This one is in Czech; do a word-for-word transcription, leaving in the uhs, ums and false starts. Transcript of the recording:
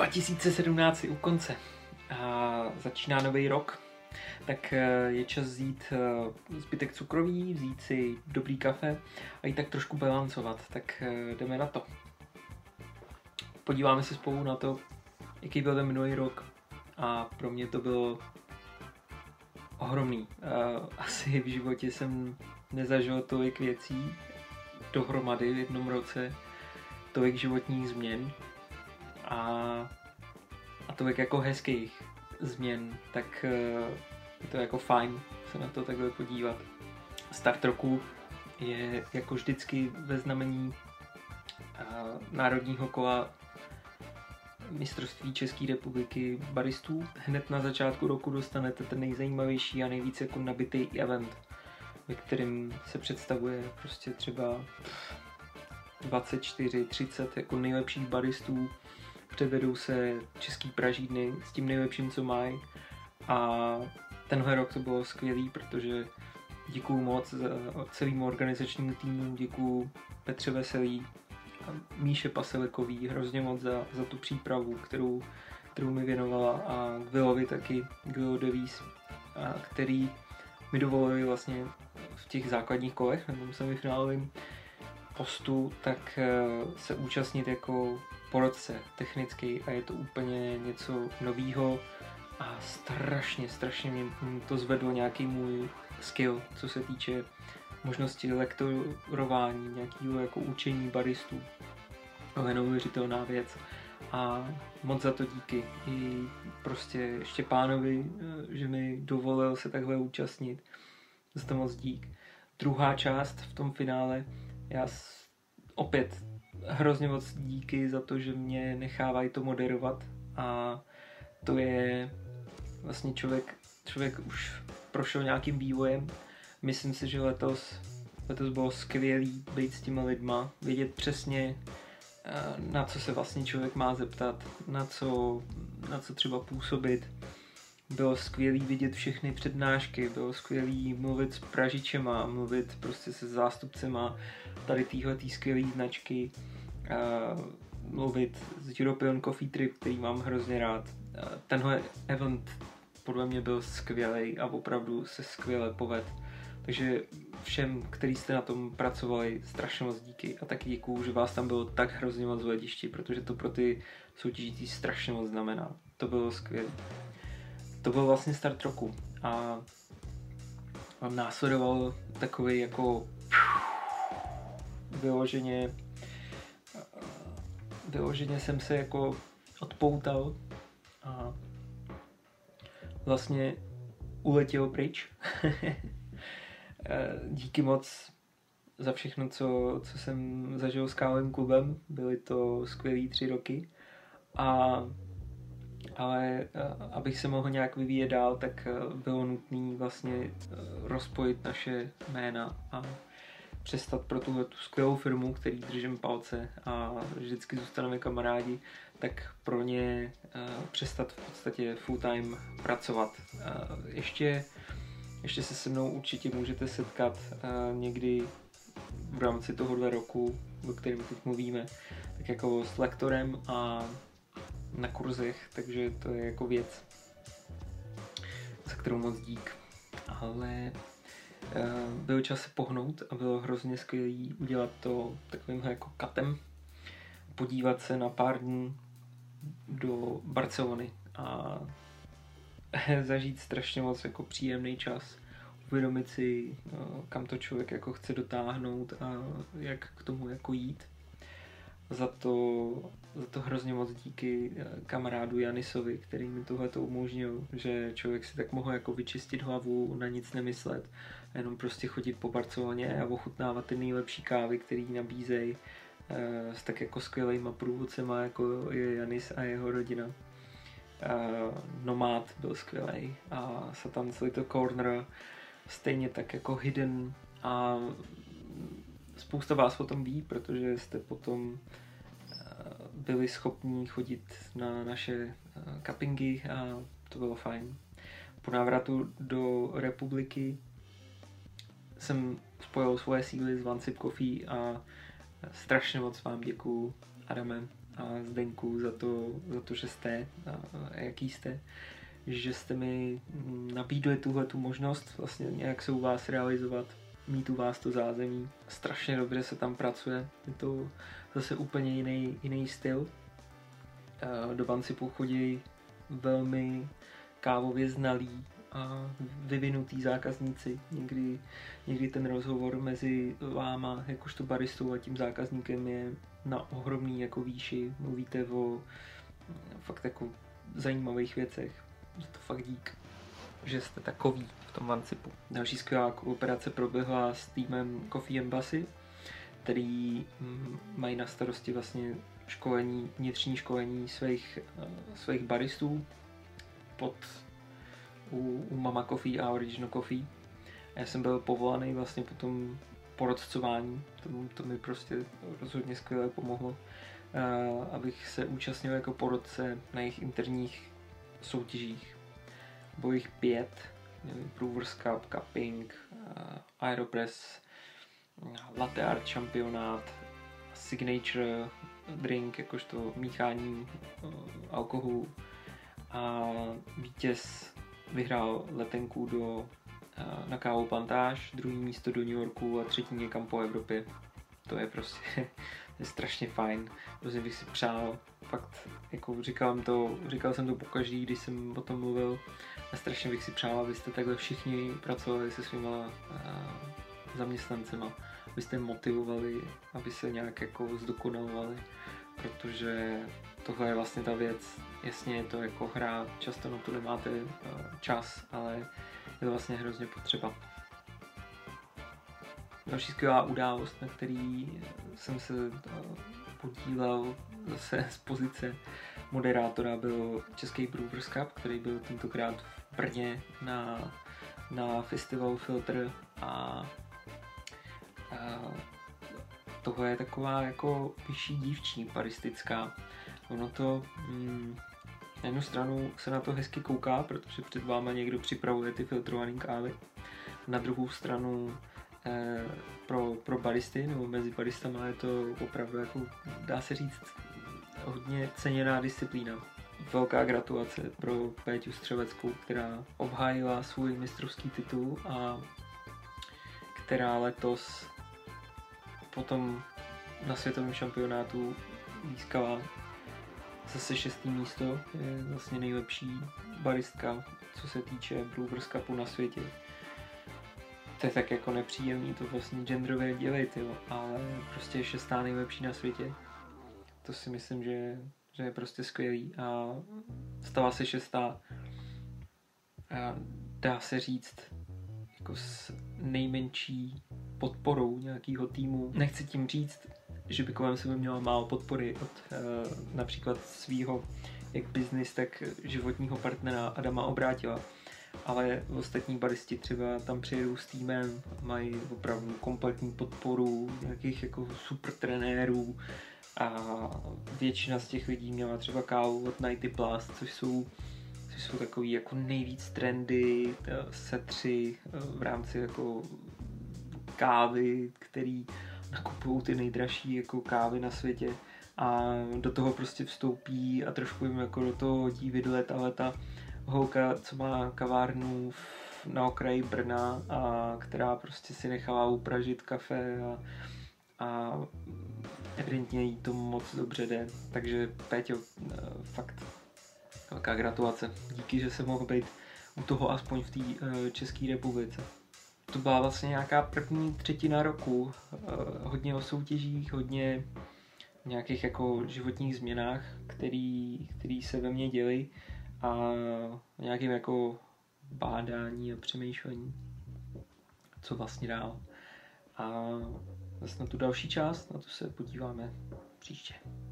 tisíce sedmnáct je u konce a začíná nový rok, tak je čas vzít zbytek cukroví, vzít si dobrý kafe a jít tak trošku balancovat, tak jdeme na to. Podíváme se spolu na to, jaký byl ten minulý rok a pro mě to bylo ohromný. Asi v životě jsem nezažil tolik věcí dohromady v jednom roce, tolik životních změn a, a tolik jako hezkých změn, tak je to jako fajn se na to takhle podívat. Start roku je jako vždycky ve znamení národního kola mistrovství České republiky baristů. Hned na začátku roku dostanete ten nejzajímavější a nejvíc jako nabitý event, ve kterém se představuje prostě třeba dvacet čtyři třicet jako nejlepších baristů, předvedou se český pražídny s tím nejlepším, co mají. A tenhle rok to bylo skvělý, protože děkuju moc celému organizačnímu týmu, děkuju Petře Veselý a Míše Paselekový hrozně moc za, za tu přípravu, kterou, kterou mi věnovala, a Willovi taky, Willo Devíz, který mi dovolili vlastně v těch základních kolech nebo semifinálovém postu tak se účastnit jako porodce technicky, a je to úplně něco novýho a strašně, strašně mě to zvedlo nějaký můj skill, co se týče možnosti lektorování, nějakého jako učení baristů. To je neuvěřitelná věc a moc za to díky i prostě Štěpánovi, že mi dovolil se takhle účastnit. Za to moc dík. Druhá část v tom finále, já opět hrozně moc díky za to, že mě nechávají to moderovat, a to je vlastně člověk, člověk už prošel nějakým vývojem. Myslím si, že letos, letos bylo skvělý být s těma lidma, vědět přesně, na co se vlastně člověk má zeptat, na co, na co třeba působit. Bylo skvělý vidět všechny přednášky, bylo skvělý mluvit s pražičema, mluvit prostě se zástupcema tady téhletý skvělý značky, mluvit s European Coffee Trip, který mám hrozně rád. Tenhle event podle mě byl skvělý a opravdu se skvěle poved. Takže všem, kteří jste na tom pracovali, strašně moc díky, a taky děkuju, že vás tam bylo tak hrozně moc v hledišti, protože to pro ty soutěžící strašně moc znamená. To bylo skvělé. To byl vlastně start roku a následoval takový jako vyloženě vyloženě jsem se jako odpoutal a vlastně uletěl pryč. Díky moc za všechno, co, co jsem zažil s kávovým klubem. Byly to skvělý tři roky. A, ale abych se mohl nějak vyvíjet dál, tak bylo nutné vlastně rozpojit naše jména a přestat pro tuhle tu skvělou firmu, který držím palce a vždycky zůstaneme kamarádi, tak pro ně uh, přestat v podstatě full time pracovat. Uh, ještě, ještě se se mnou určitě můžete setkat uh, někdy v rámci tohohle roku, o kterém teď mluvíme, tak jako s lektorem a na kurzech, takže to je jako věc, za kterou moc dík. Ale byl čas se pohnout a bylo hrozně skvělý udělat to takovýmhle jako katem, podívat se na pár dní do Barcelony a zažít strašně moc jako příjemný čas, uvědomit si, kam to člověk jako chce dotáhnout a jak k tomu jako jít. Za to, za to hrozně moc díky kamarádu Janisovi, který mi tohle to umožnil, že člověk si tak mohl jako vyčistit hlavu, na nic nemyslet, a jenom prostě chodit po Barceloně a ochutnávat ty nejlepší kávy, který nabízejí e, s tak jako skvělejma průvodcema, jako je Janis a jeho rodina. E, Nomád byl skvělej a Satan's Little Corner stejně tak jako Hidden, a spousta vás o tom ví, protože jste potom byli schopní chodit na naše cuppingy a to bylo fajn. Po návratu do republiky jsem spojil svoje síly s One Sip Coffee a strašně moc vám děkuju, Adame a Zdenku za to, za to že jste a, a jaký jste, že jste mi nabídli tuhle tu možnost vlastně nějak se u vás realizovat, mít u vás to zázemí. Strašně dobře se tam pracuje, je to zase úplně jiný, jiný styl. Do Vancipu chodí velmi kávově znalí a vyvinutý zákazníci. Někdy, někdy ten rozhovor mezi váma, jakožto baristou a tím zákazníkem je na ohromný jako výši. Mluvíte o fakt jako zajímavých věcech. Za to fakt dík, že jste takový v tom Vancipu. Další skvělá kooperace proběhla s týmem Coffee Embassy, který mají na starosti vlastně školení, vnitřní školení svých, svých baristů pod u, u Mama Coffee a Original Coffee. A já jsem byl povolaný vlastně po tom porodcování, to, to mi prostě rozhodně skvěle pomohlo, uh, abych se účastnil jako porodce na jejich interních soutěžích. Bylo jich pět, Brewers Cup, Cupping, uh, Aeropress, Latte Art šampionát, Signature drink, jakožto míchání uh, alkoholu, a vítěz vyhrál letenku do, uh, na kávu Plantáž, druhý místo do New Yorku a třetí někam po Evropě. To je prostě to je strašně fajn. Prostě bych si přál, fakt, jako říkal, to, říkal jsem to pokaždý, když jsem o tom mluvil, a strašně bych si přál, abyste takhle všichni pracovali se svýma uh, zaměstnancema, abyste je motivovali, aby se nějak jako zdokonalovali, protože tohle je vlastně ta věc. Jasně je to jako hra, často na to nemáte uh, čas, ale je to vlastně hrozně potřeba. Další skvělá událost, na který jsem se uh, podílel zase z pozice moderátora, byl Český Brewers Cup, který byl tentokrát v Brně na, na festivalu Filtr, a, a tohle je taková jako vyšší dívčí baristická. Ono to mm, na jednu stranu se na to hezky kouká, protože před váma někdo připravuje ty filtrované kávy. Na druhou stranu eh, pro, pro baristy nebo mezi baristama je to opravdu, jako dá se říct, hodně ceněná disciplína. Velká gratulace pro Péťu Střeleckou, která obhájila svůj mistrovský titul a která letos potom na světovém šampionátu získala zase šestý místo, je vlastně nejlepší baristka, co se týče Brewers Cupu na světě. To je tak jako nepříjemný to vlastně genderově dělit, jo, ale prostě je šestá nejlepší na světě. To si myslím, že, že je prostě skvělý a stala se šestá a dá se říct jako s nejmenší podporou nějakého týmu. Nechci tím říct, že by kolem sebe měla málo podpory od uh, například svýho jak business, tak životního partnera Adama Obrátila. Ale ostatní baristi třeba tam přijedou s týmem, mají opravdu kompletní podporu nějakých jako super trenérů a většina z těch lidí měla třeba kávu od Nighty Plus, což jsou, což jsou takový jako nejvíc trendy, setři v rámci jako kávy, který nakupují ty nejdražší jako kávy na světě a do toho prostě vstoupí a trošku jim jako do toho hodí vidle tahle ta holka, co má kavárnu na okraji Brna a která prostě si nechala upražit kafe a, a evidentně jí to moc dobře jde. Takže Péťo, fakt velká gratulace. Díky, že jsem mohl být u toho aspoň v té uh, České republice. To byla vlastně nějaká první třetina roku. Uh, hodně o soutěžích, hodně nějakých jako životních změnách, který, který se ve mně děly a nějakým jako bádání a přemýšlení, co vlastně dál. A zase na tu další část, na to se podíváme příště.